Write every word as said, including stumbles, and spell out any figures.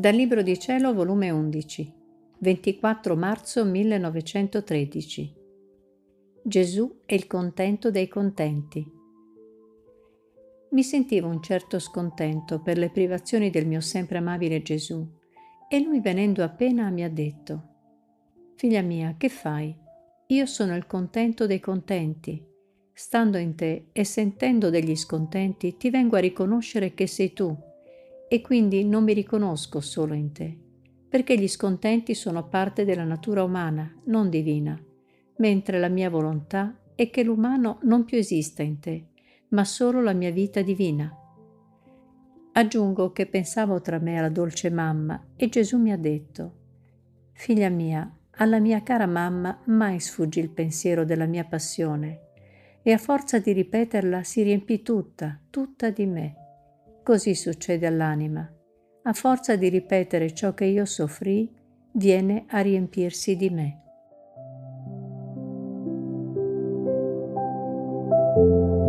Dal Libro di Cielo, volume undici, ventiquattro marzo millenovecentotredici. Gesù è il contento dei contenti. Mi sentivo un certo scontento per le privazioni del mio sempre amabile Gesù, e lui, venendo appena, mi ha detto: «Figlia mia, che fai? Io sono il contento dei contenti. Stando in te e sentendo degli scontenti, ti vengo a riconoscere che sei tu, e quindi non mi riconosco solo in te, perché gli scontenti sono parte della natura umana, non divina, mentre la mia volontà è che l'umano non più esista in te, ma solo la mia vita divina». Aggiungo che pensavo tra me alla dolce mamma, e Gesù mi ha detto: «Figlia mia, alla mia cara mamma mai sfuggi il pensiero della mia passione, e a forza di ripeterla si riempì tutta, tutta di me. Così succede all'anima. A forza di ripetere ciò che io soffrii, viene a riempirsi di me».